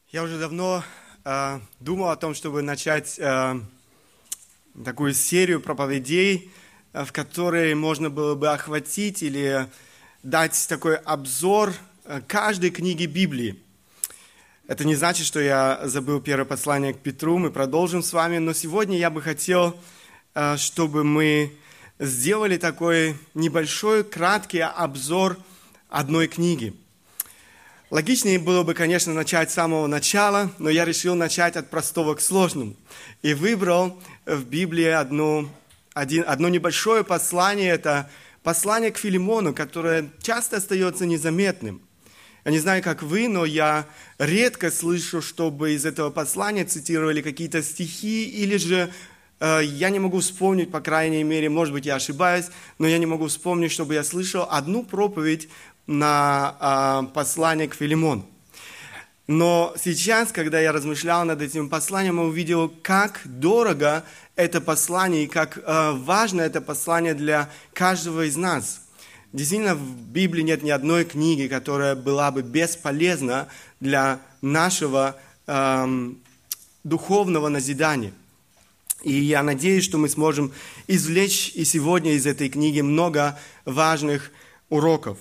Я уже давно думал о том, чтобы начать такую серию проповедей, в которой можно было бы охватить или дать такой обзор каждой книги Библии. Это не значит, что я забыл первое послание к Петру, мы продолжим с вами, но сегодня я бы хотел, чтобы мы сделали такой небольшой, краткий обзор одной книги. Логичнее было бы, конечно, начать с самого начала, но я решил начать от простого к сложному. И выбрал в Библии одно небольшое послание, это послание к Филимону, которое часто остается незаметным. Я не знаю, как вы, но я редко слышу, чтобы из этого послания цитировали какие-то стихи, или же я не могу вспомнить, по крайней мере, может быть, я ошибаюсь, но я не могу вспомнить, чтобы я слышал одну проповедь на послание к Филимону. Но сейчас, когда я размышлял над этим посланием, я увидел, как дорого это послание и как важно это послание для каждого из нас. Действительно, в Библии нет ни одной книги, которая была бы бесполезна для нашего духовного назидания. И я надеюсь, что мы сможем извлечь и сегодня из этой книги много важных уроков.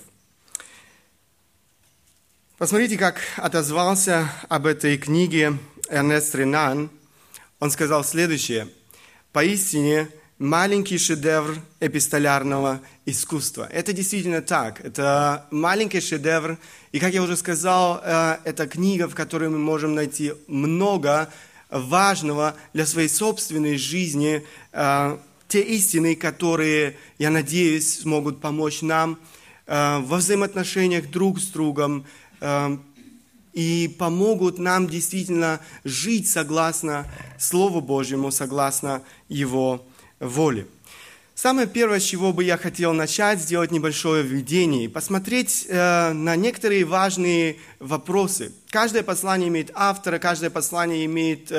Посмотрите, как отозвался об этой книге Эрнест Ренан. Он сказал следующее: «Поистине маленький шедевр эпистолярного искусства». Это действительно так. Это маленький шедевр. И, как я уже сказал, это книга, в которой мы можем найти много важного для своей собственной жизни. Те истины, которые, я надеюсь, смогут помочь нам во взаимоотношениях друг с другом, и помогут нам действительно жить согласно Слову Божьему, согласно Его воле. Самое первое, с чего бы я хотел начать, сделать небольшое введение и посмотреть на некоторые важные вопросы. Каждое послание имеет автора, каждое послание имеет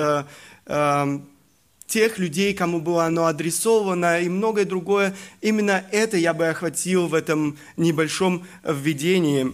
тех людей, кому было оно адресовано, и многое другое. Именно это я бы охватил в этом небольшом введении.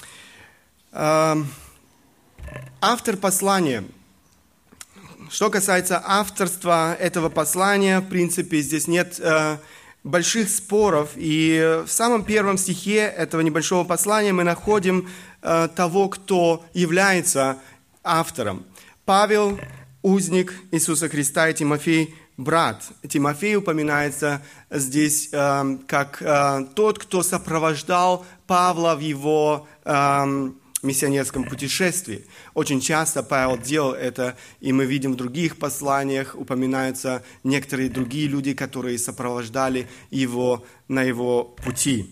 Автор послания. Что касается авторства этого послания, в принципе, здесь нет больших споров. И в самом первом стихе этого небольшого послания мы находим того, кто является автором. Павел, узник Иисуса Христа, и Тимофей, брат. Тимофей упоминается здесь как тот, кто сопровождал Павла в его миссионерском путешествии. Очень часто Павел делал это, и мы видим в других посланиях, упоминаются некоторые другие люди, которые сопровождали его на его пути.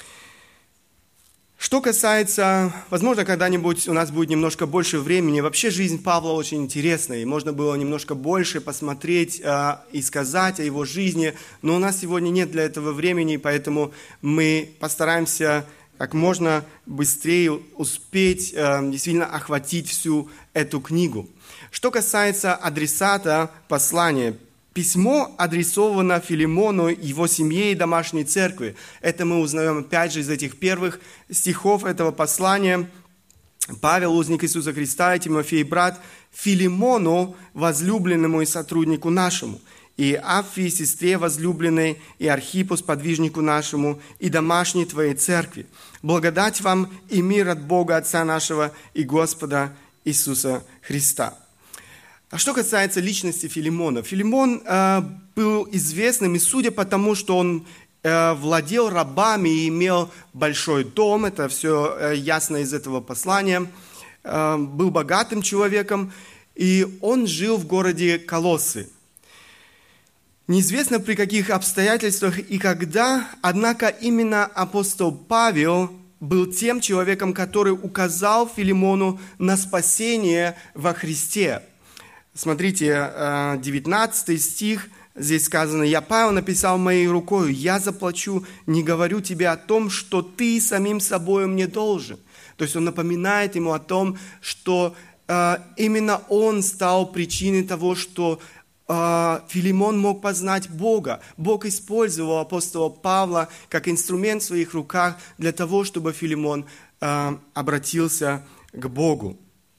Что касается, возможно, когда-нибудь у нас будет немножко больше времени, вообще жизнь Павла очень интересная, и можно было немножко больше посмотреть и сказать о его жизни, но у нас сегодня нет для этого времени, поэтому мы постараемся как можно быстрее успеть действительно охватить всю эту книгу. Что касается адресата послания, письмо адресовано Филимону, его семье и домашней церкви. Это мы узнаем опять же из этих первых стихов этого послания. Павел, узник Иисуса Христа, и Тимофей, брат, Филимону, возлюбленному и сотруднику нашему, и Аффии, сестре возлюбленной, и Архипу, сподвижнику нашему, и домашней твоей церкви. Благодать вам и мир от Бога Отца нашего и Господа Иисуса Христа». А что касается личности Филимона. Филимон был известным, и судя по тому, что он владел рабами и имел большой дом, это все ясно из этого послания, был богатым человеком, и он жил в городе Колоссы. Неизвестно при каких обстоятельствах и когда, однако именно апостол Павел был тем человеком, который указал Филимону на спасение во Христе. Смотрите, 19 стих, здесь сказано: «Я, Павел, написал моей рукою, я заплачу, не говорю тебе о том, что ты самим собой мне должен». То есть он напоминает ему о том, что именно он стал причиной того, что Филимон мог познать Бога. Бог использовал апостола Павла как инструмент в своих руках для того, чтобы Филимон обратился к Богу.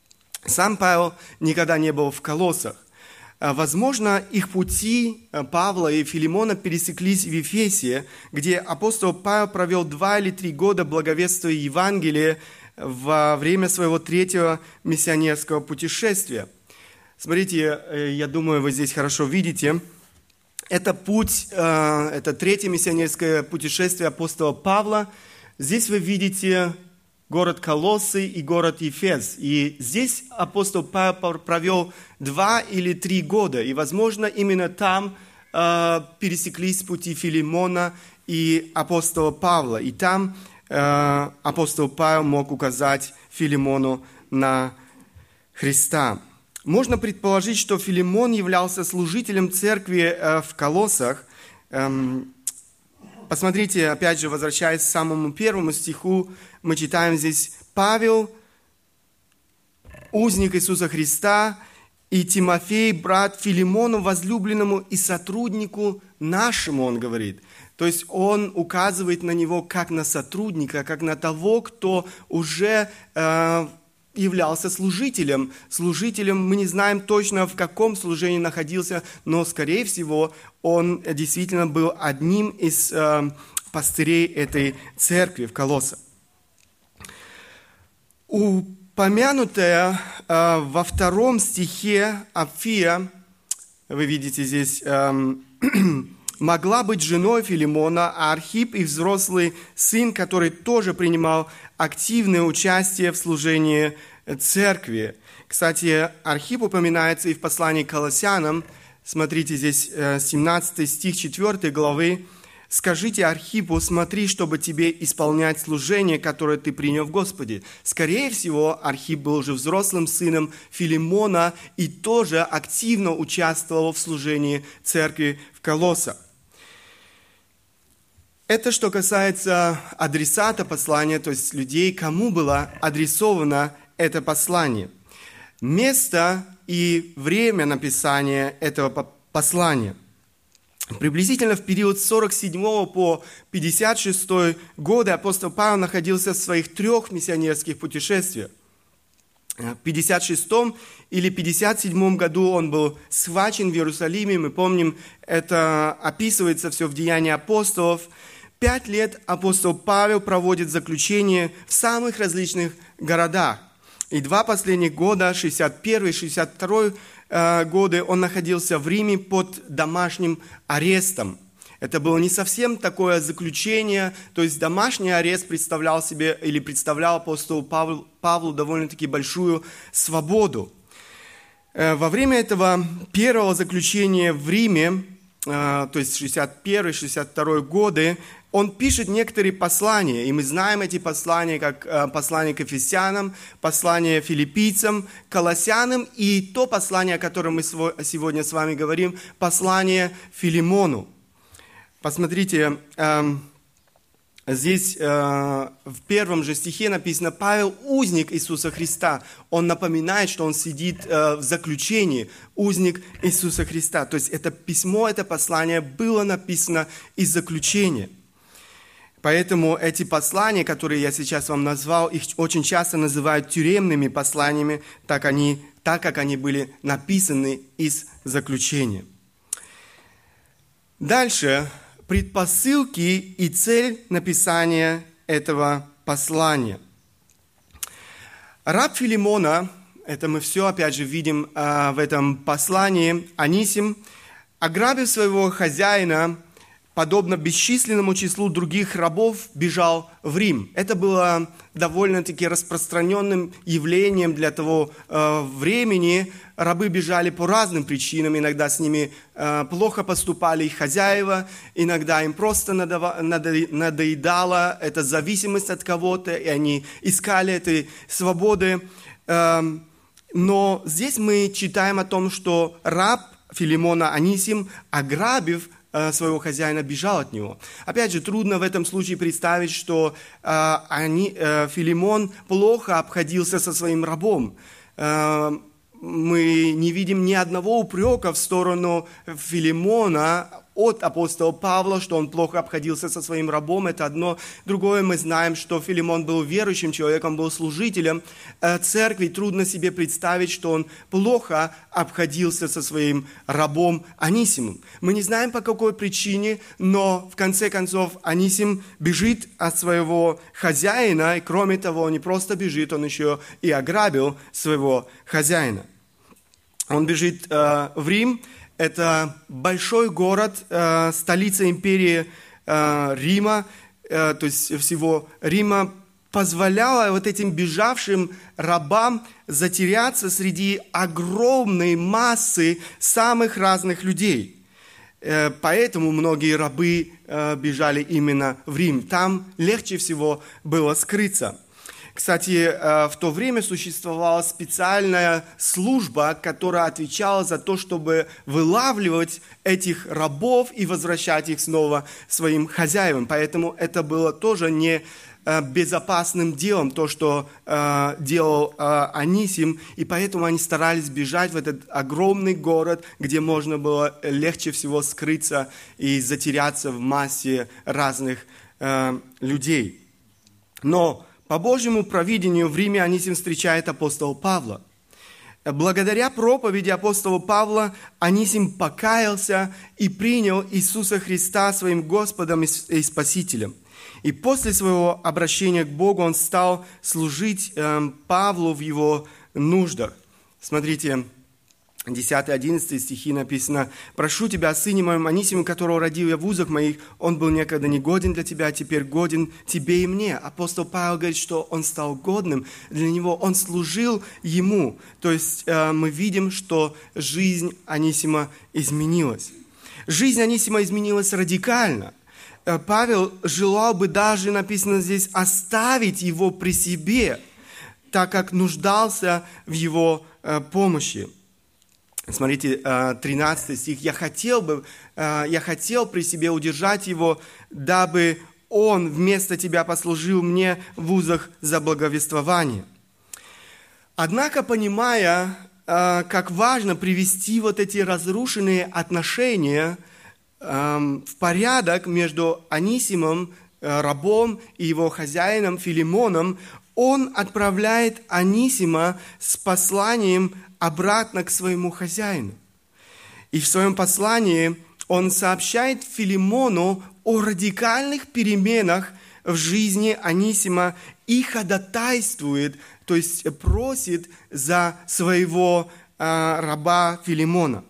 Сам Павел никогда не был в Колоссах. Возможно, их пути Павла и Филимона пересеклись в Ефесе, где апостол Павел провел 2 или 3 года благовествуя Евангелие во время своего 3-го миссионерского путешествия. Смотрите, я думаю, вы здесь хорошо видите. Это путь, это 3-е миссионерское путешествие апостола Павла. Здесь вы видите город Колоссы и город Ефес. И здесь апостол Павел провел 2 или 3 года. И, возможно, именно там пересеклись пути Филимона и апостола Павла. И там апостол Павел мог указать Филимону на Христа. Можно предположить, что Филимон являлся служителем церкви в Колоссах. Посмотрите, опять же, возвращаясь к самому 1 стиху, мы читаем здесь: «Павел, узник Иисуса Христа, и Тимофей, брат Филимону, возлюбленному и сотруднику нашему», он говорит. То есть он указывает на него как на сотрудника, как на того, кто уже являлся служителем. Служителем, мы не знаем точно, в каком служении находился, но, скорее всего, он действительно был одним из пастырей этой церкви в Колоссах. Упомянутая во 2 стихе Апфия, вы видите здесь, могла быть женой Филимона, а Архип и взрослый сын, который тоже принимал активное участие в служении церкви. Кстати, Архип упоминается и в послании к Колоссянам. Смотрите, здесь 17 стих 4 главы. «Скажите Архипу, смотри, чтобы тебе исполнять служение, которое ты принял в Господе». Скорее всего, Архип был уже взрослым сыном Филимона и тоже активно участвовал в служении церкви в Колоссах. Это что касается адресата послания, то есть людей, кому было адресовано это послание. Место и время написания этого послания. Приблизительно в период с 47 по 56 годы апостол Павел находился в своих 3 миссионерских путешествиях. В 56 или 57 году он был схвачен в Иерусалиме. Мы помним, это описывается все в Деянии апостолов. 5 лет апостол Павел проводит заключение в самых различных городах. И 2 последних года, 61 и 62 годы, он находился в Риме под домашним арестом. Это было не совсем такое заключение, то есть домашний арест представлял себе или представлял апостолу Павлу довольно-таки большую свободу. Во время этого первого заключения в Риме, то есть 61-62 годы, он пишет некоторые послания, и мы знаем эти послания как послание к Ефесянам, послание филиппийцам, колоссянам и то послание, о котором мы сегодня с вами говорим, послание Филимону. Посмотрите, здесь в 1 же стихе написано: «Павел, узник Иисуса Христа». Он напоминает, что он сидит в заключении, узник Иисуса Христа. То есть это письмо, это послание было написано из заключения. Поэтому эти послания, которые я сейчас вам назвал, их очень часто называют тюремными посланиями, так как они были написаны из заключения. Дальше. Предпосылки и цель написания этого послания. Раб Филимона, это мы все опять же видим в этом послании, Анисим, ограбив своего хозяина, подобно бесчисленному числу других рабов, бежал в Рим. Это было довольно-таки распространенным явлением для того времени. Рабы бежали по разным причинам. Иногда с ними плохо поступали их хозяева, иногда им просто надоедала эта зависимость от кого-то, и они искали этой свободы. Но здесь мы читаем о том, что раб Филимона Анисим, ограбив своего хозяина, бежал от него. Опять же, трудно в этом случае представить, что Филимон плохо обходился со своим рабом. Мы не видим ни одного упрека в сторону Филимона от апостола Павла, что он плохо обходился со своим рабом, это одно. Другое, мы знаем, что Филимон был верующим человеком, был служителем церкви. Трудно себе представить, что он плохо обходился со своим рабом Анисимом. Мы не знаем, по какой причине, но в конце концов Анисим бежит от своего хозяина, и кроме того, он не просто бежит, он еще и ограбил своего хозяина. Он бежит в Рим. Это большой город, столица империи Рима, то есть всего Рима, позволяла вот этим бежавшим рабам затеряться среди огромной массы самых разных людей. Поэтому многие рабы бежали именно в Рим. Там легче всего было скрыться. Кстати, в то время существовала специальная служба, которая отвечала за то, чтобы вылавливать этих рабов и возвращать их снова своим хозяевам. Поэтому это было тоже не безопасным делом, то, что делал Анисим, и поэтому они старались бежать в этот огромный город, где можно было легче всего скрыться и затеряться в массе разных людей. Но по Божьему провидению в Риме Анисим встречает апостола Павла. Благодаря проповеди апостола Павла Анисим покаялся и принял Иисуса Христа своим Господом и Спасителем. И после своего обращения к Богу он стал служить Павлу в его нуждах. Смотрите, 10-11 стихи написано: «Прошу тебя о сыне моем Анисиме, которого родил я в узах моих. Он был некогда негоден для тебя, а теперь годен тебе и мне». Апостол Павел говорит, что он стал годным для него, он служил ему. То есть мы видим, что жизнь Анисима изменилась. Жизнь Анисима изменилась радикально. Павел желал бы даже, написано здесь, оставить его при себе, так как нуждался в его помощи. Смотрите, 13 стих. «Я хотел при себе удержать его, дабы он вместо тебя послужил мне в узах за благовествование». Однако, понимая, как важно привести вот эти разрушенные отношения в порядок между Анисимом, рабом, и его хозяином Филимоном, он отправляет Анисима с посланием обратно к своему хозяину. И в своем послании он сообщает Филимону о радикальных переменах в жизни Анисима и ходатайствует, то есть просит за своего раба Филимона.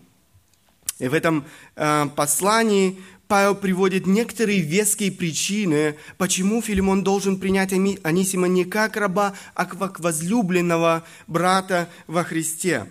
И в этом послании Павел приводит некоторые веские причины, почему Филимон должен принять Анисима не как раба, а как возлюбленного брата во Христе.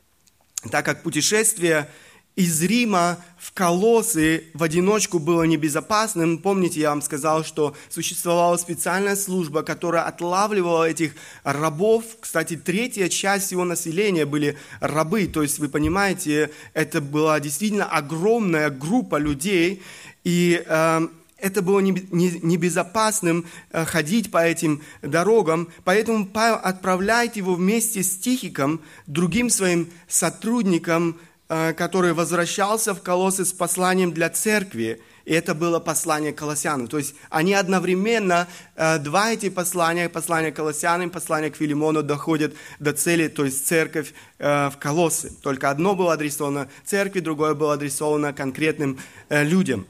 Так как путешествие из Рима в Колоссы в одиночку было небезопасным, помните, я вам сказал, что существовала специальная служба, которая отлавливала этих рабов. Кстати, третья часть его населения были рабы, то есть, вы понимаете, это была действительно огромная группа людей, и это было небезопасным ходить по этим дорогам, поэтому Павел отправляет его вместе с Тихиком, другим своим сотрудником, который возвращался в Колоссы с посланием для церкви, и это было послание Колоссянам. То есть они одновременно, два эти послания, послание Колоссянам, послание к Филимону, доходят до цели, то есть церковь в Колоссы. Только одно было адресовано церкви, другое было адресовано конкретным людям.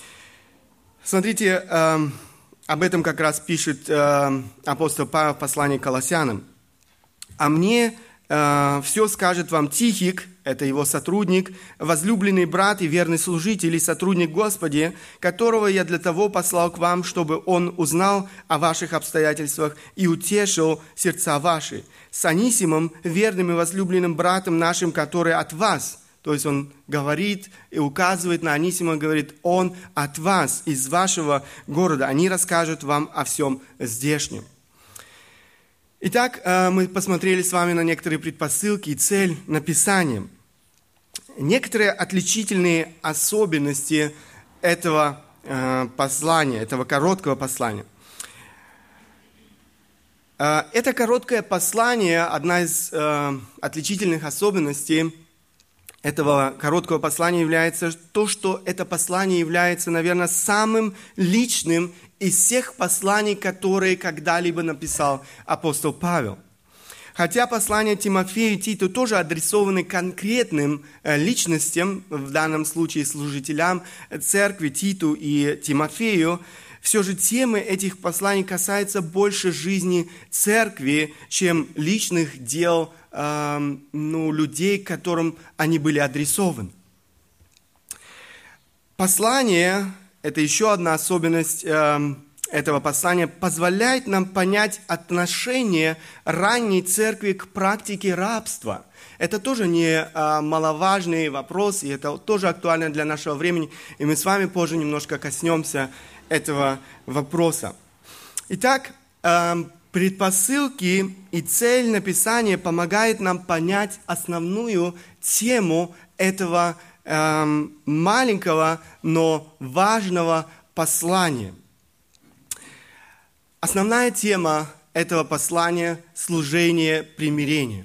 Смотрите, об этом как раз пишет апостол Павел в послании к Колоссянам. «А мне все скажет вам Тихик», это его сотрудник, возлюбленный брат и верный служитель и сотрудник Господи, которого я для того послал к вам, чтобы он узнал о ваших обстоятельствах и утешил сердца ваши. С Анисимом, верным и возлюбленным братом нашим, который от вас». То есть он говорит и указывает на Анисима, говорит: он от вас, из вашего города. Они расскажут вам о всем здешнем. Итак, мы посмотрели с вами на некоторые предпосылки и цель написания. Некоторые отличительные особенности этого послания, этого короткого послания. Это короткое послание, одна из отличительных особенностей, этого короткого послания является то, что это послание является, наверное, самым личным из всех посланий, которые когда-либо написал апостол Павел. Хотя послания Тимофею и Титу тоже адресованы конкретным личностям, в данном случае служителям церкви Титу и Тимофею, все же темы этих посланий касаются больше жизни церкви, чем личных дел людей, к которым они были адресованы. Послание, это еще одна особенность этого послания, позволяет нам понять отношение ранней церкви к практике рабства. Это тоже не маловажный вопрос, и это тоже актуально для нашего времени, и мы с вами позже немножко коснемся этого вопроса. Итак, предпосылки и цель написания помогают нам понять основную тему этого маленького, но важного послания. Основная тема этого послания – служение примирения.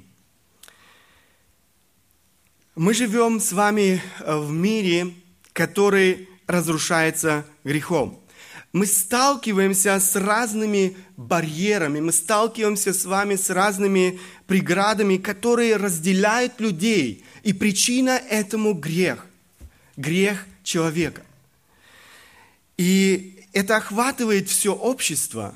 Мы живем с вами в мире, который разрушается грехом. Мы сталкиваемся с разными барьерами, мы сталкиваемся с вами с разными преградами, которые разделяют людей. И причина этому грех человека. И это охватывает все общество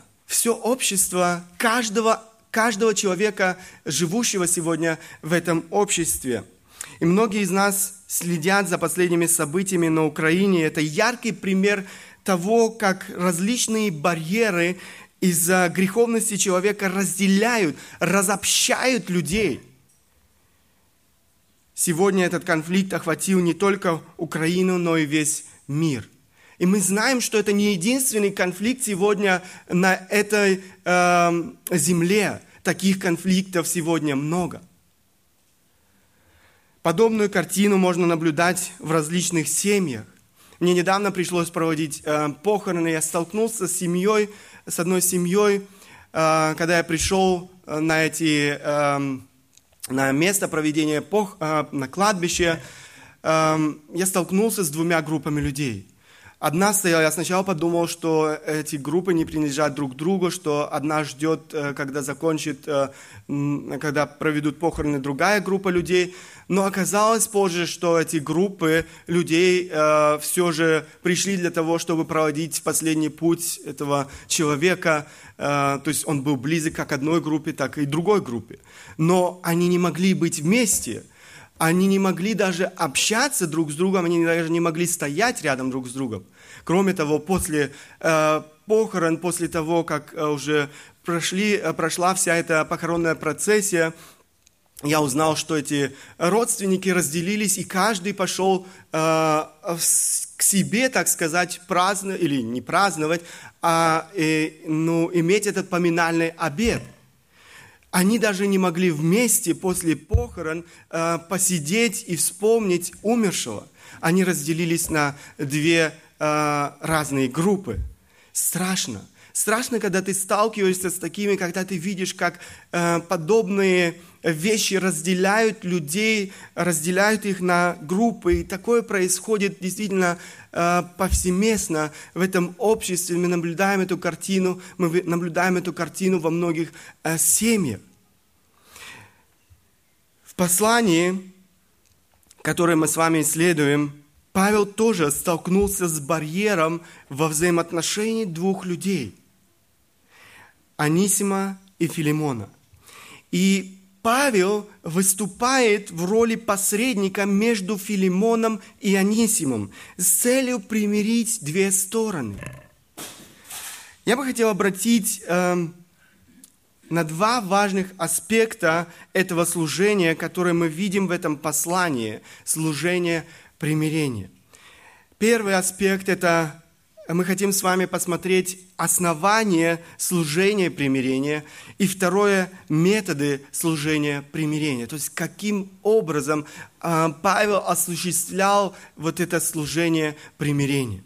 каждого человека, живущего сегодня в этом обществе. И многие из нас следят за последними событиями на Украине. Это яркий пример того, как различные барьеры из-за греховности человека разделяют, разобщают людей. Сегодня этот конфликт охватил не только Украину, но и весь мир. И мы знаем, что это не единственный конфликт сегодня на этой земле. Таких конфликтов сегодня много. Подобную картину можно наблюдать в различных семьях. Мне недавно пришлось проводить похороны. Я столкнулся с одной семьей, когда я пришел на место проведения на кладбище. Я столкнулся с двумя группами людей. Одна стояла, я сначала подумал, что эти группы не принадлежат друг другу, что одна ждет, когда проведут похороны другая группа людей. Но оказалось позже, что эти группы людей все же пришли для того, чтобы проводить последний путь этого человека. То есть он был близок как одной группе, так и другой группе. Но они не могли быть вместе. Они не могли даже общаться друг с другом, они даже не могли стоять рядом друг с другом. Кроме того, после похорон, после того, как уже прошла вся эта похоронная процессия, я узнал, что эти родственники разделились, и каждый пошел к себе, так сказать, праздновать, или не праздновать, а иметь этот поминальный обед. Они даже не могли вместе после похорон посидеть и вспомнить умершего. Они разделились на две разные группы. Страшно. Страшно, когда ты сталкиваешься с такими, когда ты видишь, как подобные вещи разделяют людей, разделяют их на группы. И такое происходит действительно повсеместно в этом обществе. Мы наблюдаем эту картину во многих семьях. В послании, которое мы с вами исследуем, Павел тоже столкнулся с барьером во взаимоотношении двух людей – Анисима и Филимона. И Павел выступает в роли посредника между Филимоном и Анисимом с целью примирить две стороны. Я бы хотел обратить на два важных аспекта этого служения, которые мы видим в этом послании – служение примирения. Первый аспект – это мы хотим с вами посмотреть основания служения примирения, и второе – методы служения примирения. То есть, каким образом Павел осуществлял вот это служение примирения.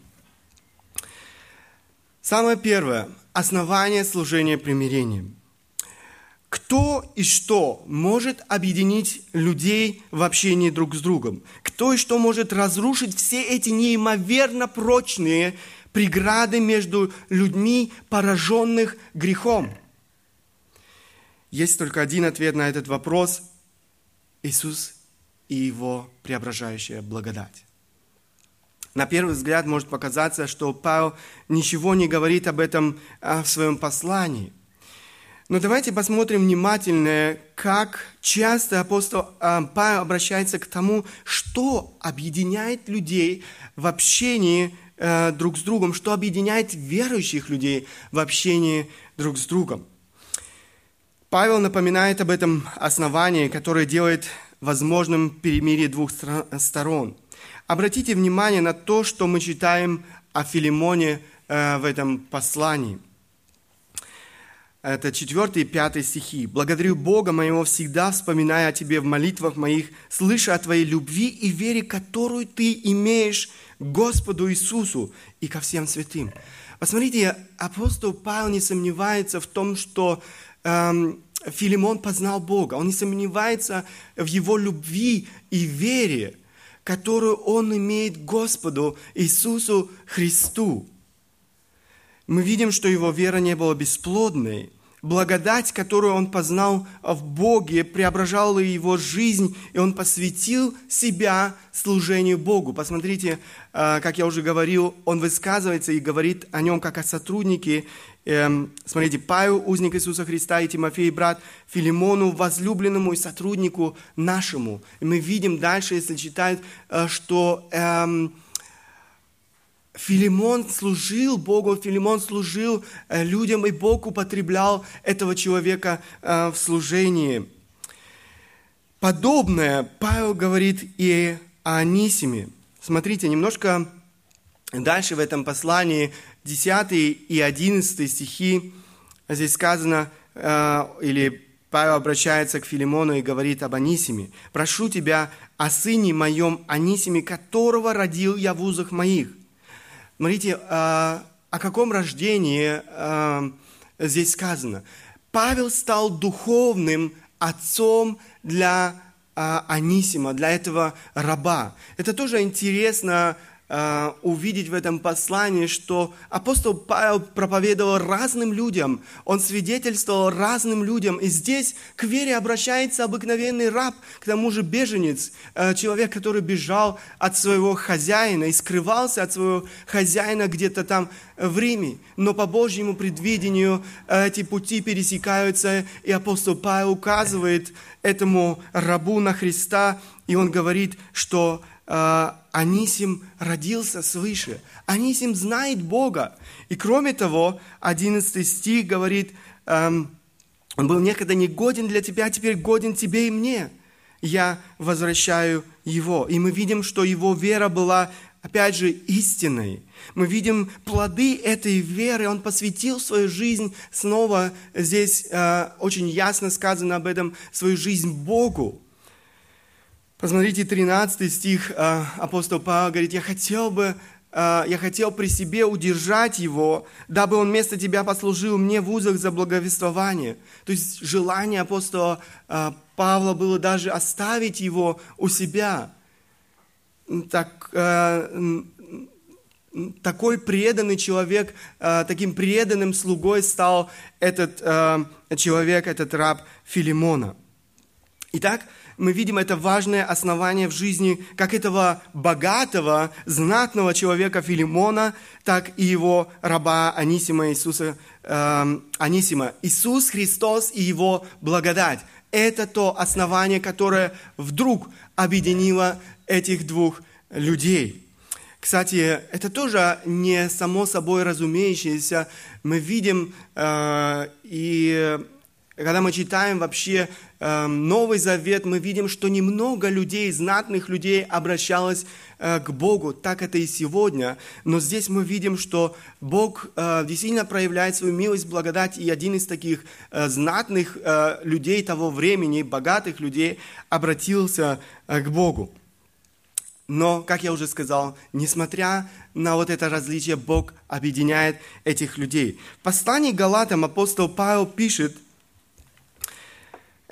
Самое первое – основание служения примирения. Кто и что может объединить людей в общении друг с другом? Кто и что может разрушить все эти неимоверно прочные преграды между людьми, пораженных грехом? Есть только один ответ на этот вопрос – Иисус и Его преображающая благодать. На первый взгляд может показаться, что Павел ничего не говорит об этом в своем послании. Но давайте посмотрим внимательно, как часто апостол Павел обращается к тому, что объединяет людей в общении друг с другом, что объединяет верующих людей в общении друг с другом. Павел напоминает об этом основании, которое делает возможным перемирие двух сторон. Обратите внимание на то, что мы читаем о Филимоне в этом послании. Это 4 и 5 стихи. «Благодарю Бога моего, всегда вспоминая о Тебе в молитвах моих, слыша о Твоей любви и вере, которую Ты имеешь к Господу Иисусу и ко всем святым». Посмотрите, апостол Павел не сомневается в том, что Филимон познал Бога. Он не сомневается в его любви и вере, которую он имеет к Господу Иисусу Христу. Мы видим, что его вера не была бесплодной. Благодать, которую он познал в Боге, преображала его жизнь, и он посвятил себя служению Богу. Посмотрите, как я уже говорил, он высказывается и говорит о нем как о сотруднике. Смотрите, Павел, узник Иисуса Христа, и Тимофей, брат Филимону, возлюбленному и сотруднику нашему. И мы видим дальше, если читать, что Филимон служил Богу, Филимон служил людям, и Бог употреблял этого человека в служении. Подобное Павел говорит и о Анисиме. Смотрите, немножко дальше в этом послании, 10 и 11 стихи, здесь сказано, или Павел обращается к Филимону и говорит об Анисиме. «Прошу тебя о сыне моем Анисиме, которого родил я в узах моих». Смотрите, о каком рождении здесь сказано. Павел стал духовным отцом для Анисима, для этого раба. Это тоже интересно увидеть в этом послании, что апостол Павел проповедовал разным людям, он свидетельствовал разным людям, и здесь к вере обращается обыкновенный раб, к тому же беженец, человек, который бежал от своего хозяина и скрывался от своего хозяина где-то там в Риме, но по Божьему предвидению эти пути пересекаются, и апостол Павел указывает этому рабу на Христа, и он говорит, что Анисим родился свыше. Анисим знает Бога. И кроме того, 11 стих говорит, он был некогда негоден для тебя, а теперь годен тебе и мне. Я возвращаю его. И мы видим, что его вера была, опять же, истинной. Мы видим плоды этой веры. Он посвятил свою жизнь, снова здесь очень ясно сказано об этом, свою жизнь Богу. Посмотрите, 13 стих, апостол Павел говорит, я хотел при себе удержать его, дабы он вместо тебя послужил мне в узах за благовествование. То есть желание апостола Павла было даже оставить его у себя. Такой преданный человек, таким преданным слугой стал этот человек, этот раб Филимона. Итак, мы видим это важное основание в жизни как этого богатого, знатного человека Филимона, так и его раба Анисима. Иисус Христос и Его благодать. Это то основание, которое вдруг объединило этих двух людей. Кстати, это тоже не само собой разумеющееся. Мы видим и... Когда мы читаем вообще Новый Завет, мы видим, что немного людей, знатных людей обращалось к Богу. Так это и сегодня. Но здесь мы видим, что Бог действительно проявляет свою милость, благодать. И один из таких знатных людей того времени, богатых людей, обратился к Богу. Но, как я уже сказал, несмотря на вот это различие, Бог объединяет этих людей. В послании к Галатам апостол Павел пишет,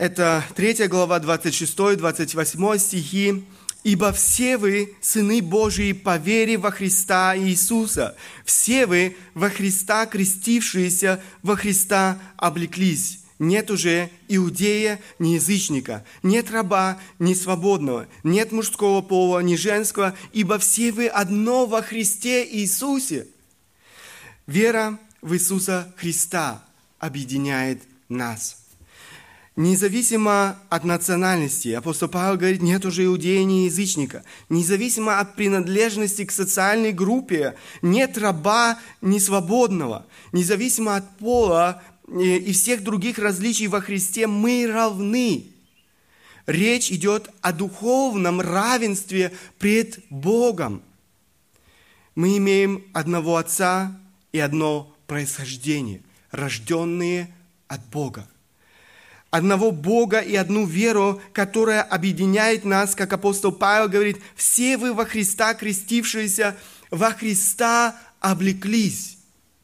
Это 3 глава, 26-28 стихи. «Ибо все вы, сыны Божии, по вере во Христа Иисуса, все вы во Христа крестившиеся, во Христа облеклись. Нет уже иудея, ни язычника, нет раба, ни свободного, нет мужского пола, ни женского, ибо все вы одно во Христе Иисусе». Вера в Иисуса Христа объединяет нас. Независимо от национальности, апостол Павел говорит, нет уже иудея, ни язычника. Независимо от принадлежности к социальной группе, нет раба, ни свободного. Независимо от пола и всех других различий во Христе, мы равны. Речь идет о духовном равенстве пред Богом. Мы имеем одного Отца и одно происхождение, рожденные от Бога. Одного Бога и одну веру, которая объединяет нас, как апостол Павел говорит, все вы во Христа крестившиеся, во Христа облеклись.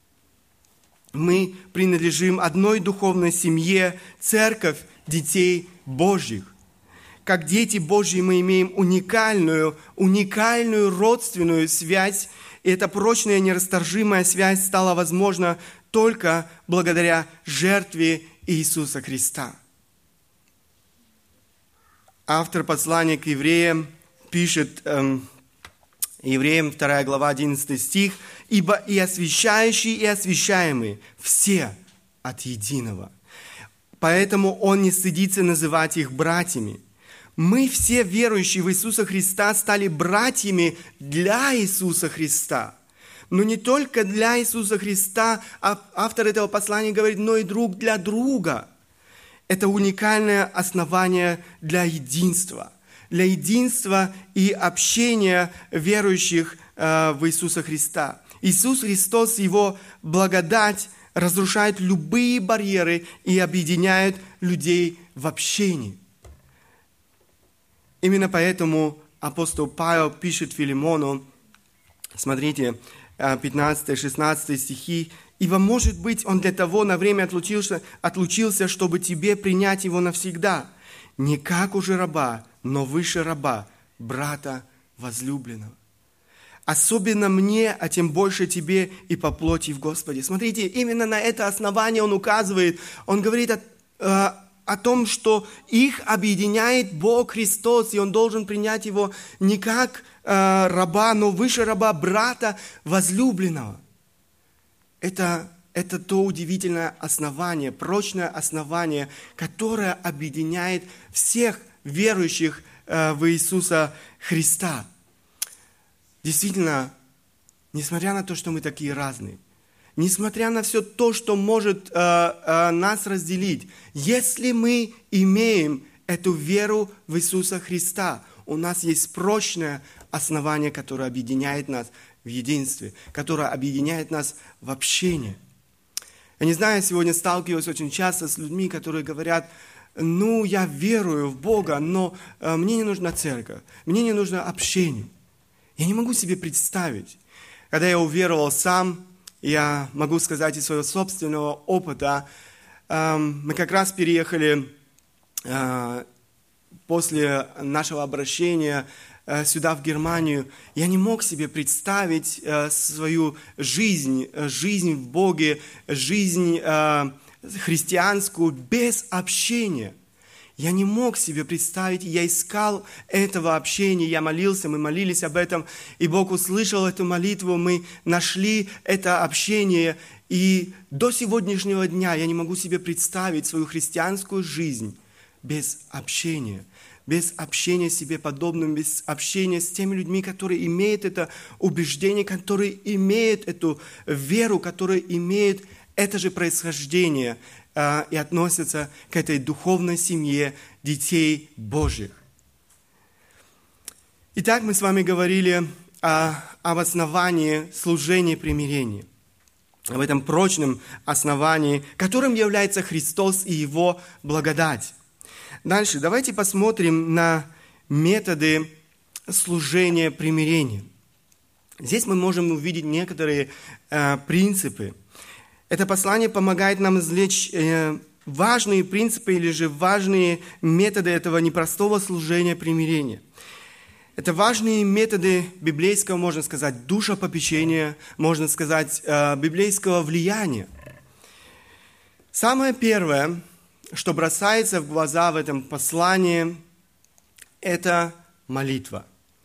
Мы принадлежим одной духовной семье, церковь детей Божьих. Как дети Божьи мы имеем уникальную родственную связь, и эта прочная нерасторжимая связь стала возможна только благодаря жертве Иисуса Христа. Автор послания к евреям пишет, Евреям 2 глава 11 стих, «Ибо и освящающие, и освящаемые все от единого. Поэтому Он не стыдится называть их братьями». Мы все, верующие в Иисуса Христа, стали братьями для Иисуса Христа. Но не только для Иисуса Христа, автор этого послания говорит, но и друг для друга. Это уникальное основание для единства и общения верующих в Иисуса Христа. Иисус Христос, Его благодать разрушает любые барьеры и объединяет людей в общении. Именно поэтому апостол Павел пишет Филимону, смотрите, 15-16 стихи, «Ибо, может быть, он для того на время отлучился, чтобы тебе принять его навсегда, не как уже раба, но выше раба, брата возлюбленного. Особенно мне, а тем больше тебе и по плоти в Господе». Смотрите, именно на это основание он указывает. Он говорит о том, что их объединяет Бог Христос, и он должен принять его не как раба, но выше раба, брата возлюбленного. Это то удивительное основание, прочное основание, которое объединяет всех верующих в Иисуса Христа. Действительно, несмотря на то, что мы такие разные, несмотря на все то, что может нас разделить, если мы имеем эту веру в Иисуса Христа, у нас есть прочное основание, которое объединяет нас в единстве, которое объединяет нас в общении. Я не знаю, я сегодня сталкиваюсь очень часто с людьми, которые говорят, я верую в Бога, но мне не нужна церковь, мне не нужно общение. Я не могу себе представить, когда я уверовал сам, я могу сказать из своего собственного опыта, мы как раз переехали после нашего обращения сюда, в Германию. Я не мог себе представить свою жизнь в Боге, жизнь христианскую без общения. Я не мог себе представить, я искал этого общения, я молился, мы молились об этом, и Бог услышал эту молитву, мы нашли это общение, и до сегодняшнего дня я не могу себе представить свою христианскую жизнь без общения с себе подобным, без общения с теми людьми, которые имеют это убеждение, которые имеют эту веру, которые имеют это же происхождение и относятся к этой духовной семье детей Божьих. Итак, мы с вами говорили об основании служения примирения, об этом прочном основании, которым является Христос и Его благодать. Дальше давайте посмотрим на методы служения примирения. Здесь мы можем увидеть некоторые принципы. Это послание помогает нам извлечь важные принципы или же важные методы этого непростого служения примирения. Это важные методы библейского, можно сказать, душепопечения, можно сказать, библейского влияния. Самое первое, что бросается в глаза в этом послании, это молитва.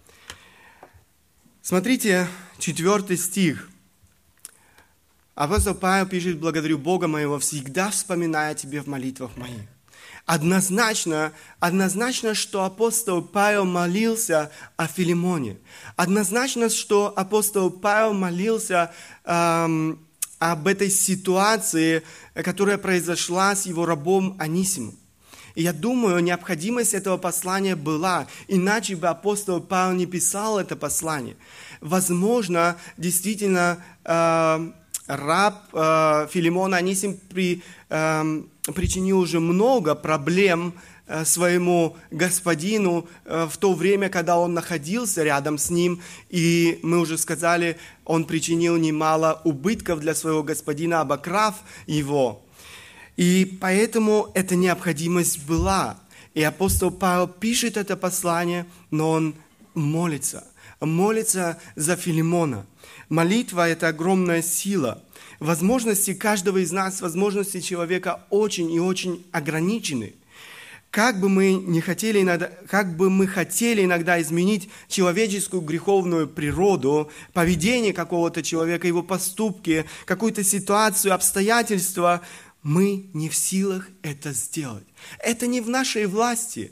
Смотрите, 4 стих. Апостол Павел пишет: «Благодарю Бога моего, всегда вспоминая о тебе в молитвах моих». Однозначно, что апостол Павел молился о Филимоне. Однозначно, что апостол Павел молился об этой ситуации, которая произошла с его рабом Анисимом. И я думаю, необходимость этого послания была, иначе бы апостол Павел не писал это послание. Возможно, действительно, раб Филимон Анисим причинил уже много проблем своему господину в то время, когда он находился рядом с ним. И мы уже сказали, он причинил немало убытков для своего господина, обокрав его. И поэтому эта необходимость была. И апостол Павел пишет это послание, но он молится за Филимона. Молитва – это огромная сила. Возможности каждого из нас, возможности человека очень и очень ограничены. Как бы мы хотели иногда изменить человеческую греховную природу, поведение какого-то человека, его поступки, какую-то ситуацию, обстоятельства, мы не в силах это сделать. Это не в нашей власти.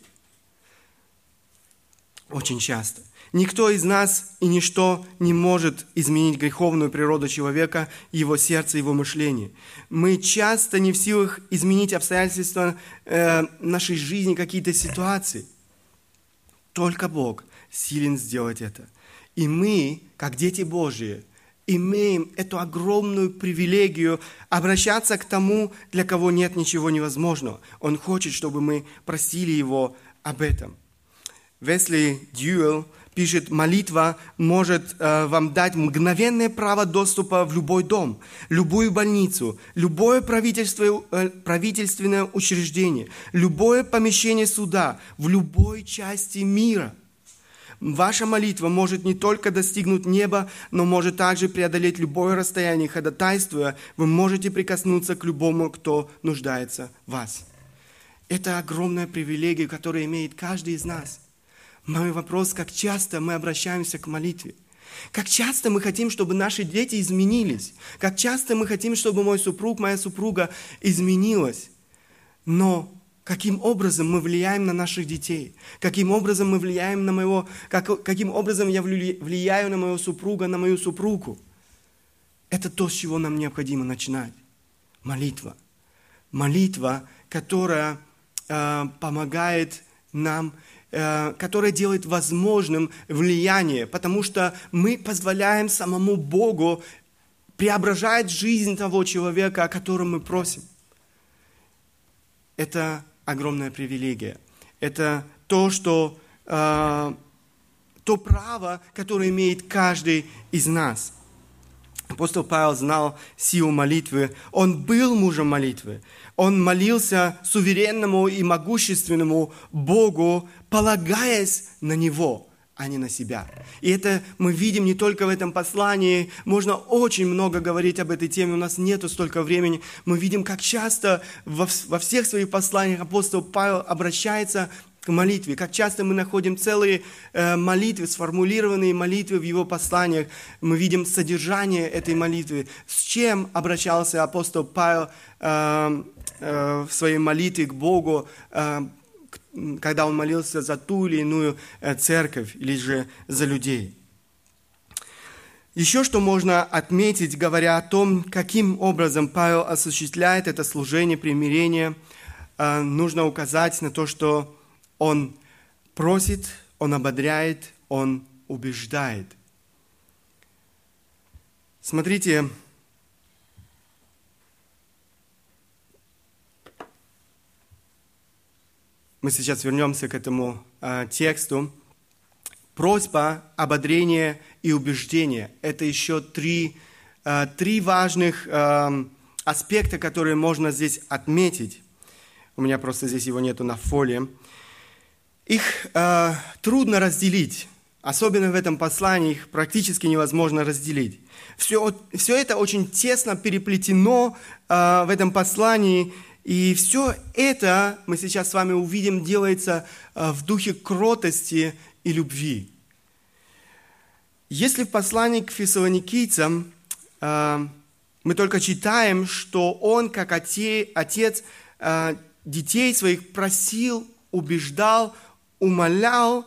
Очень часто. Никто из нас и ничто не может изменить греховную природу человека, его сердце, его мышление. Мы часто не в силах изменить обстоятельства нашей жизни, какие-то ситуации. Только Бог силен сделать это. И мы, как дети Божьи, имеем эту огромную привилегию обращаться к тому, для кого нет ничего невозможного. Он хочет, чтобы мы просили Его об этом. Весли Дьюэлл пишет: молитва может вам дать мгновенное право доступа в любой дом, любую больницу, любое правительственное учреждение, любое помещение суда, в любой части мира. Ваша молитва может не только достигнуть неба, но может также преодолеть любое расстояние. Ходатайствуя, вы можете прикоснуться к любому, кто нуждается в вас. Это огромная привилегия, которую имеет каждый из нас. Мой вопрос: как часто мы обращаемся к молитве? Как часто мы хотим, чтобы наши дети изменились? Как часто мы хотим, чтобы мой супруг, моя супруга изменилась? Но каким образом мы влияем на наших детей? Каким образом мы влияем на каким образом я влияю на моего супруга, на мою супругу? Это то, с чего нам необходимо начинать. Молитва. Молитва, которая помогает нам, которая делает возможным влияние, потому что мы позволяем самому Богу преображать жизнь того человека, о котором мы просим. Это огромная привилегия. Это то право, которое имеет каждый из нас. Апостол Павел знал силу молитвы. Он был мужем молитвы. Он молился суверенному и могущественному Богу, полагаясь на Него, а не на себя. И это мы видим не только в этом послании. Можно очень много говорить об этой теме, у нас нету столько времени. Мы видим, как часто во всех своих посланиях апостол Павел обращается к молитве. Как часто мы находим целые молитвы, сформулированные молитвы в его посланиях. Мы видим содержание этой молитвы. С чем обращался апостол Павел в своей молитве к Богу, когда он молился за ту или иную церковь, или же за людей. Еще что можно отметить, говоря о том, каким образом Павел осуществляет это служение примирения, нужно указать на то, что он просит, он ободряет, он убеждает. Смотрите, мы сейчас вернемся к этому тексту. Просьба, ободрение и убеждение – это еще три важных аспекта, которые можно здесь отметить. У меня просто здесь его нету на фолии. Их трудно разделить. Особенно в этом послании их практически невозможно разделить. Все это очень тесно переплетено в этом послании. И все это, мы сейчас с вами увидим, делается в духе кротости и любви. Если в послании к фессалоникийцам мы только читаем, что он, как отец, детей своих просил, убеждал, умолял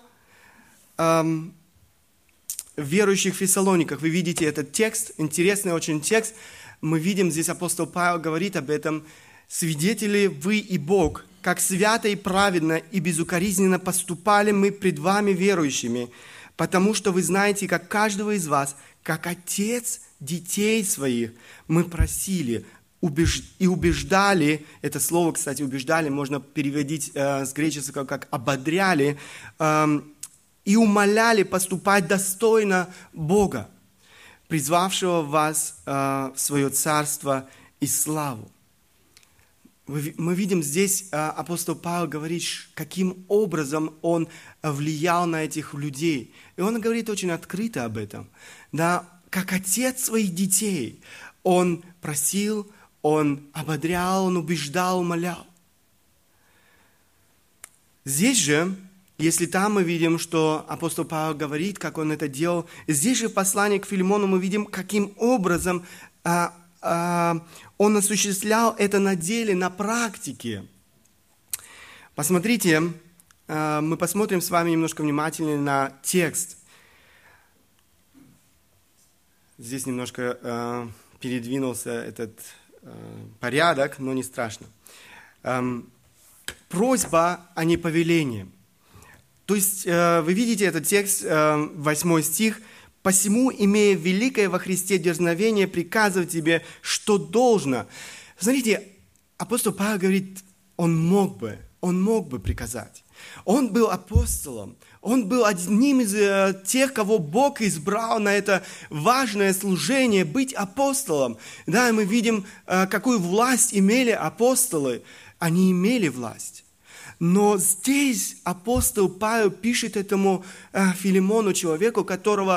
верующих в Фессалониках. Вы видите этот текст, интересный очень текст. Мы видим, здесь апостол Павел говорит об этом. «Свидетели вы и Бог, как свято и праведно и безукоризненно поступали мы пред вами верующими, потому что вы знаете, как каждого из вас, как отец детей своих, мы просили и убеждали». Это слово, кстати, убеждали, можно переводить с греческого как ободряли, и умоляли поступать достойно Бога, призвавшего вас в свое царство и славу. Мы видим здесь, апостол Павел говорит, каким образом он влиял на этих людей. И он говорит очень открыто об этом. Да, как отец своих детей, он просил, он ободрял, он убеждал, умолял. Здесь же, если там мы видим, что апостол Павел говорит, как он это делал, здесь же в послании к Филимону мы видим, каким образом он осуществлял это на деле, на практике. Посмотрите, мы посмотрим с вами немножко внимательнее на текст. Здесь немножко передвинулся этот порядок, но не страшно. Просьба, а не повеление. То есть, вы видите этот текст, 8 стих. «Посему, имея великое во Христе дерзновение, приказывать тебе, что должно». Смотрите, апостол Павел говорит, он мог бы приказать. Он был апостолом, он был одним из тех, кого Бог избрал на это важное служение, быть апостолом. Да, и мы видим, какую власть имели апостолы. Они имели власть. Но здесь апостол Павел пишет этому Филимону, человеку, которому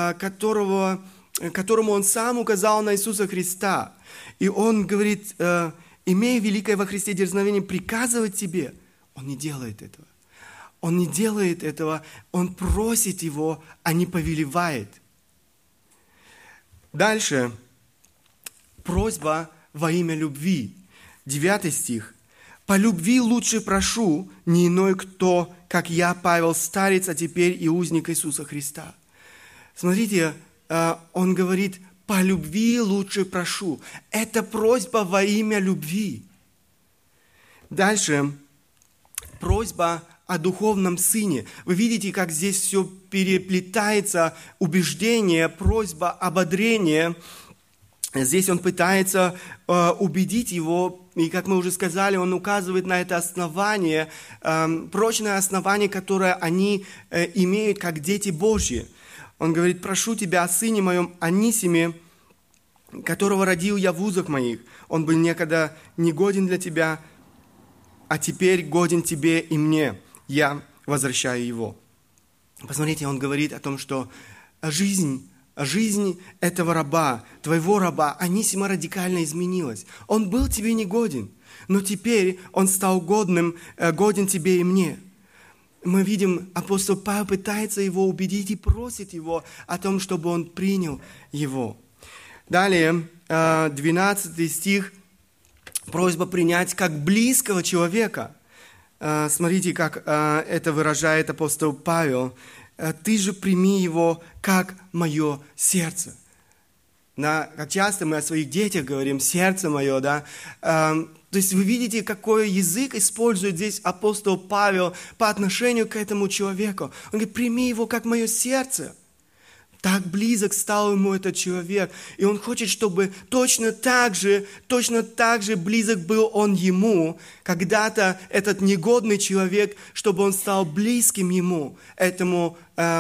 он сам указал на Иисуса Христа. И он говорит, имея великое во Христе дерзновение приказывать тебе, он не делает этого. Он не делает этого, он просит его, а не повелевает. Дальше, просьба во имя любви. 9 стих. «По любви лучше прошу, не иной кто, как я, Павел, старец, а теперь и узник Иисуса Христа». Смотрите, он говорит, по любви лучше прошу. Это просьба во имя любви. Дальше, просьба о духовном сыне. Вы видите, как здесь все переплетается, убеждение, просьба, ободрение. Здесь он пытается убедить его, и, как мы уже сказали, он указывает на это основание, прочное основание, которое они имеют как дети Божьи. Он говорит, прошу тебя о сыне моем Анисиме, которого родил я в узах моих. Он был некогда негоден для тебя, а теперь годен тебе и мне. Я возвращаю его. Посмотрите, он говорит о том, что жизнь этого раба, твоего раба, Анисима радикально изменилась. Он был тебе негоден, но теперь он стал годен тебе и мне. Мы видим, апостол Павел пытается его убедить и просит его о том, чтобы он принял его. Далее, 12 стих, просьба принять как близкого человека. Смотрите, как это выражает апостол Павел. «Ты же прими его, как мое сердце». Как часто мы о своих детях говорим, сердце мое, да. То есть вы видите, какой язык использует здесь апостол Павел по отношению к этому человеку. Он говорит, прими его, как мое сердце. Так близок стал ему этот человек. И он хочет, чтобы точно так же близок был он ему, когда-то этот негодный человек, чтобы он стал близким ему, этому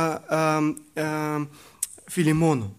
Филимону.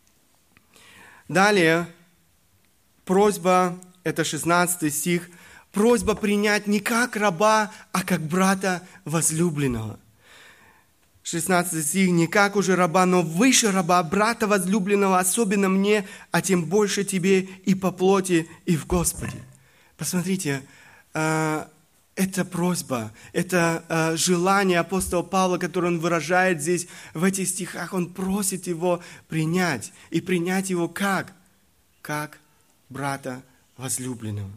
Далее, просьба, это 16 стих, просьба принять не как раба, а как брата возлюбленного. 16 стих. «Не как уже раба, но выше раба, брата возлюбленного, особенно мне, а тем больше тебе и по плоти, и в Господе». Посмотрите, это просьба, это желание апостола Павла, которое он выражает здесь в этих стихах. Он просит его принять. И принять его как? Как брата возлюбленного.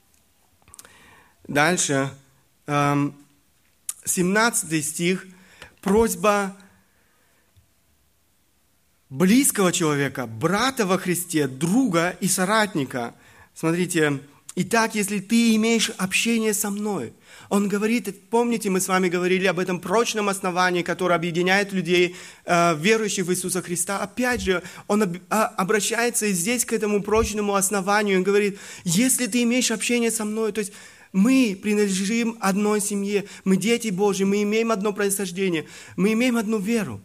Дальше, 17 стих. Просьба близкого человека, брата во Христе, друга и соратника. Смотрите, «Итак, если ты имеешь общение со мной». Он говорит, помните, мы с вами говорили об этом прочном основании, которое объединяет людей, верующих в Иисуса Христа. Опять же, он обращается и здесь к этому прочному основанию. Он говорит, если ты имеешь общение со мной, то есть мы принадлежим одной семье, мы дети Божьи, мы имеем одно происхождение, мы имеем одну веру.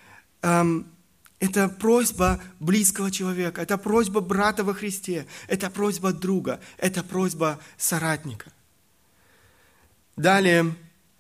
Это просьба близкого человека, это просьба брата во Христе, это просьба друга, это просьба соратника. Далее,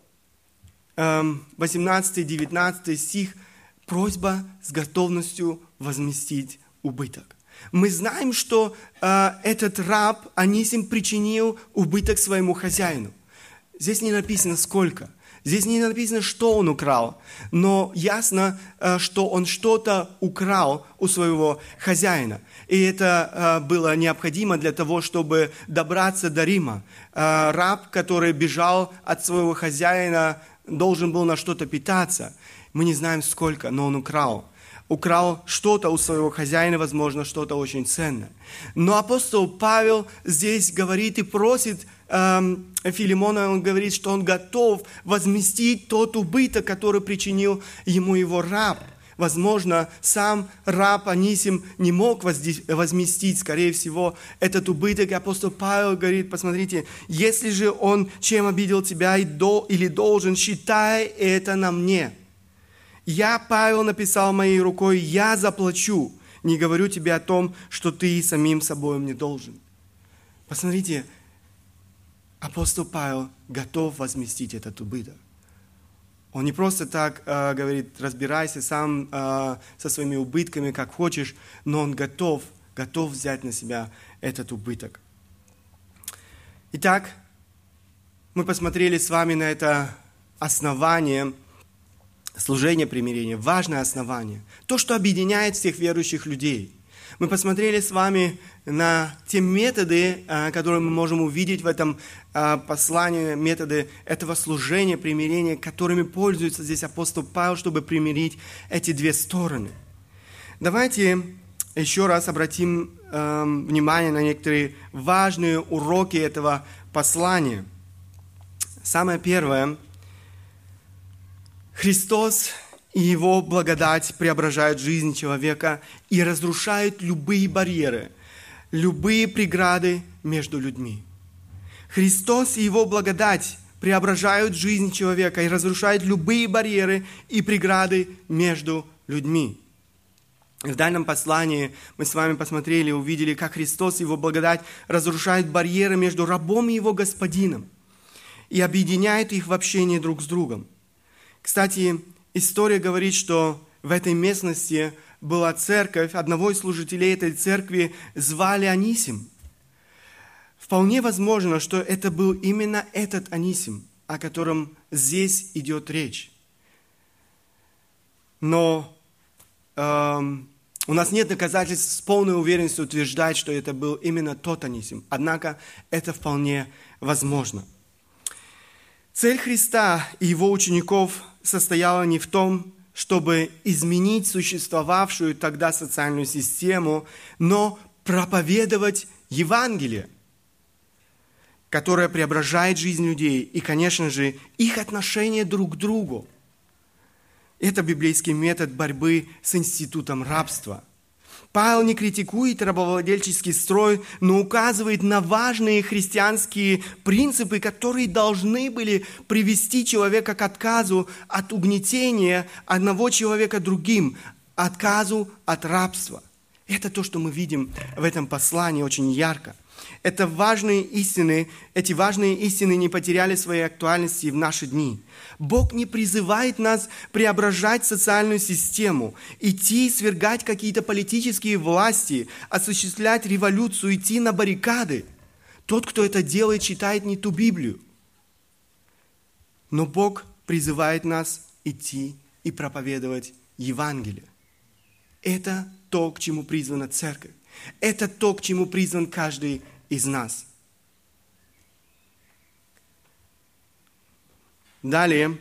18-19 стих, просьба с готовностью возместить убыток. Мы знаем, что этот раб Анисим причинил убыток своему хозяину. Здесь не написано сколько. Здесь не написано, что он украл, но ясно, что он что-то украл у своего хозяина. И это было необходимо для того, чтобы добраться до Рима. Раб, который бежал от своего хозяина, должен был на что-то питаться. Мы не знаем сколько, но он украл. Украл что-то у своего хозяина, возможно, что-то очень ценное. Но апостол Павел здесь говорит и просит Филимона, он говорит, что он готов возместить тот убыток, который причинил ему его раб. Возможно, сам раб Анисим не мог возместить, скорее всего, этот убыток. И апостол Павел говорит, посмотрите, если же он чем обидел тебя или должен, считай это на мне. Я, Павел, написал моей рукой, я заплачу. Не говорю тебе о том, что ты самим собой мне должен. Посмотрите, апостол Павел готов возместить этот убыток. Он не просто так говорит, разбирайся сам со своими убытками, как хочешь, но он готов взять на себя этот убыток. Итак, мы посмотрели с вами на это основание служения примирения, важное основание. То, что объединяет всех верующих людей. Мы посмотрели с вами на те методы, которые мы можем увидеть в этом послании, методы этого служения, примирения, которыми пользуется здесь апостол Павел, чтобы примирить эти две стороны. Давайте еще раз обратим внимание на некоторые важные уроки этого послания. Самое первое. Христос и Его благодать преображают жизнь человека и разрушают любые барьеры, любые преграды между людьми. Христос и Его благодать преображают жизнь человека и разрушают любые барьеры и преграды между людьми. В данном послании мы с вами посмотрели и увидели, как Христос и Его благодать разрушают барьеры между рабом и его господином и объединяют их в общении друг с другом. Кстати, история говорит, что в этой местности была церковь, одного из служителей этой церкви звали Анисим. Вполне возможно, что это был именно этот Анисим, о котором здесь идет речь. Но у нас нет доказательств с полной уверенностью утверждать, что это был именно тот Анисим. Однако это вполне возможно. Цель Христа и Его учеников состояла не в том, чтобы изменить существовавшую тогда социальную систему, но проповедовать Евангелие, которое преображает жизнь людей и, конечно же, их отношение друг к другу. Это библейский метод борьбы с институтом рабства. Павел не критикует рабовладельческий строй, но указывает на важные христианские принципы, которые должны были привести человека к отказу от угнетения одного человека другим, отказу от рабства. Это то, что мы видим в этом послании очень ярко. эти важные истины не потеряли своей актуальности в наши дни. Бог не призывает нас преображать социальную систему, идти свергать какие-то политические власти, осуществлять революцию, идти на баррикады. Тот, кто это делает, читает не ту Библию. Но Бог призывает нас идти и проповедовать Евангелие. Это то, к чему призвана церковь. Это то, к чему призван каждый из нас. Далее.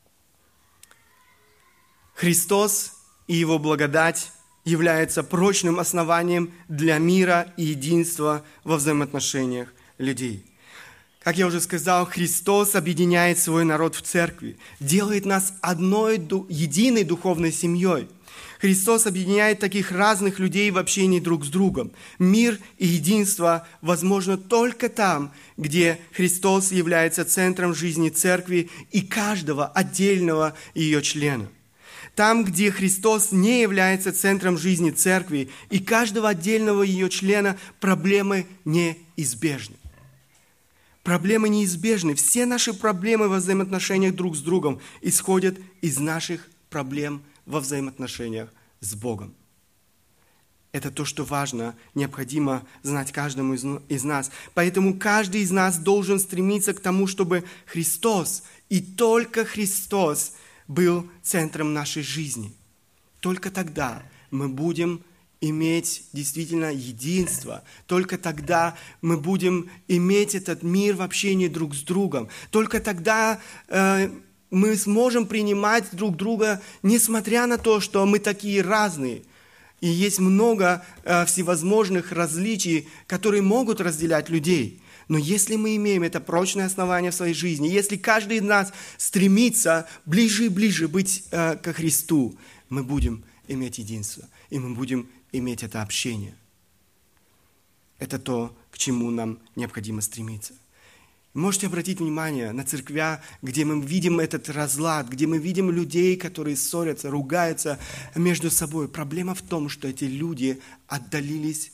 Христос и Его благодать являются прочным основанием для мира и единства во взаимоотношениях людей. Как я уже сказал, Христос объединяет свой народ в церкви, делает нас одной единой духовной семьей. Христос объединяет таких разных людей в общении друг с другом. Мир и единство возможно только там, где Христос является центром жизни церкви и каждого отдельного ее члена. Там, где Христос не является центром жизни церкви и каждого отдельного ее члена, проблемы неизбежны. Проблемы неизбежны. Все наши проблемы во взаимоотношениях друг с другом исходят из наших проблем во взаимоотношениях с Богом. Это то, что важно, необходимо знать каждому из нас. Поэтому каждый из нас должен стремиться к тому, чтобы Христос и только Христос был центром нашей жизни. Только тогда мы будем иметь действительно единство. Только тогда мы будем иметь этот мир в общении друг с другом. Только тогда мы сможем принимать друг друга, несмотря на то, что мы такие разные. И есть много всевозможных различий, которые могут разделять людей. Но если мы имеем это прочное основание в своей жизни, если каждый из нас стремится ближе и ближе быть ко Христу, мы будем иметь единство, и мы будем иметь это общение. Это то, к чему нам необходимо стремиться. Можете обратить внимание на церквя, где мы видим этот разлад, где мы видим людей, которые ссорятся, ругаются между собой. Проблема в том, что эти люди отдалились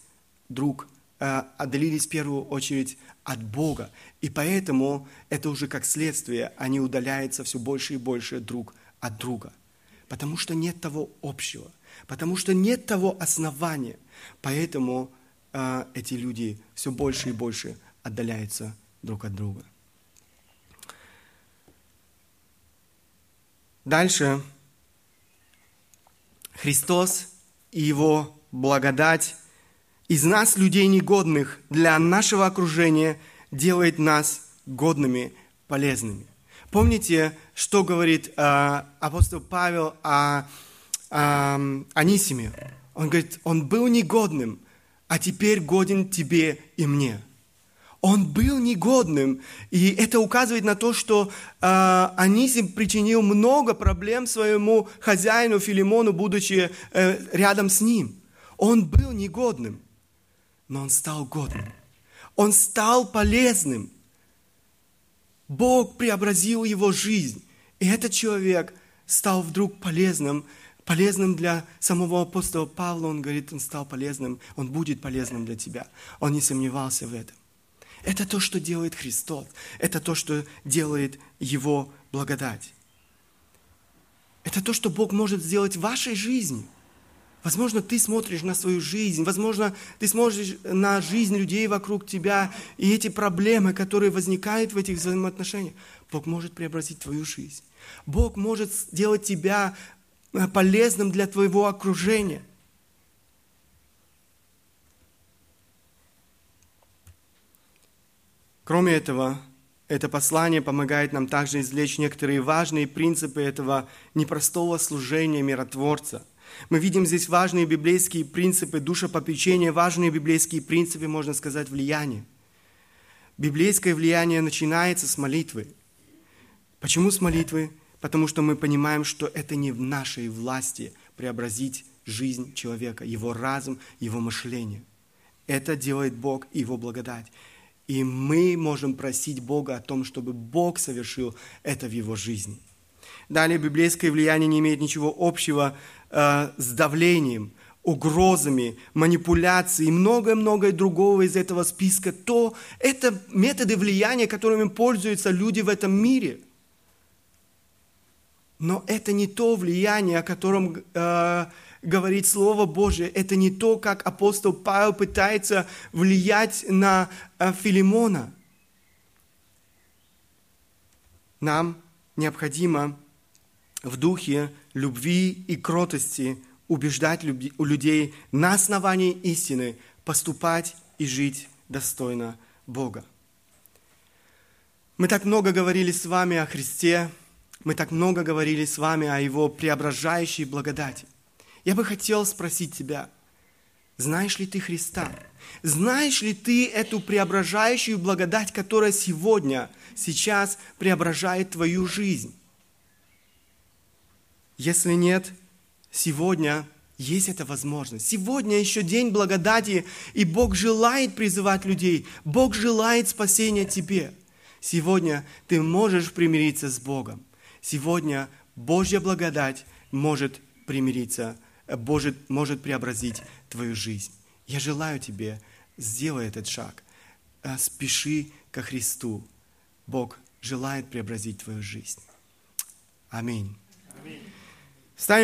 в первую очередь от Бога. И поэтому это уже как следствие, они удаляются все больше и больше друг от друга. Потому что нет того общего, потому что нет того основания. Поэтому эти люди все больше и больше отдаляются друг от друга. Дальше. Христос и Его благодать из нас, людей негодных, для нашего окружения делает нас годными, полезными. Помните, что говорит апостол Павел о Анисиме? Он говорит, он был негодным, а теперь годен тебе и мне. Он был негодным, и это указывает на то, что Анисим причинил много проблем своему хозяину Филимону, будучи рядом с ним. Он был негодным, но он стал годным. Он стал полезным. Бог преобразил его жизнь, и этот человек стал вдруг полезным для самого апостола Павла. Он говорит, он стал полезным, он будет полезным для тебя. Он не сомневался в этом. Это то, что делает Христос. Это то, что делает Его благодать. Это то, что Бог может сделать в вашей жизни. Возможно, ты смотришь на свою жизнь, возможно, ты смотришь на жизнь людей вокруг тебя, и эти проблемы, которые возникают в этих взаимоотношениях, Бог может преобразить твою жизнь. Бог может сделать тебя полезным для твоего окружения. Кроме этого, это послание помогает нам также извлечь некоторые важные принципы этого непростого служения миротворца. Мы видим здесь важные библейские принципы душепопечения, важные библейские принципы, можно сказать, влияния. Библейское влияние начинается с молитвы. Почему с молитвы? Потому что мы понимаем, что это не в нашей власти преобразить жизнь человека, его разум, его мышление. Это делает Бог и Его благодать. И мы можем просить Бога о том, чтобы Бог совершил это в его жизни. Далее, библейское влияние не имеет ничего общего с давлением. угрозами, манипуляцией и многое-многое другого из этого списка, то это методы влияния, которыми пользуются люди в этом мире. Но это не то влияние, о котором говорит Слово Божие. Это не то, как апостол Павел пытается влиять на Филимона. Нам необходимо в духе любви и кротости убеждать людей на основании истины поступать и жить достойно Бога. Мы так много говорили с вами о Христе, мы так много говорили с вами о Его преображающей благодати. Я бы хотел спросить тебя, знаешь ли ты Христа? Знаешь ли ты эту преображающую благодать, которая сейчас преображает твою жизнь? Если нет, сегодня есть эта возможность. Сегодня еще день благодати, и Бог желает призывать людей. Бог желает спасения тебе. Сегодня ты можешь примириться с Богом. Сегодня Божья благодать может преобразить твою жизнь. Я желаю тебе, сделай этот шаг. Спеши ко Христу. Бог желает преобразить твою жизнь. Аминь.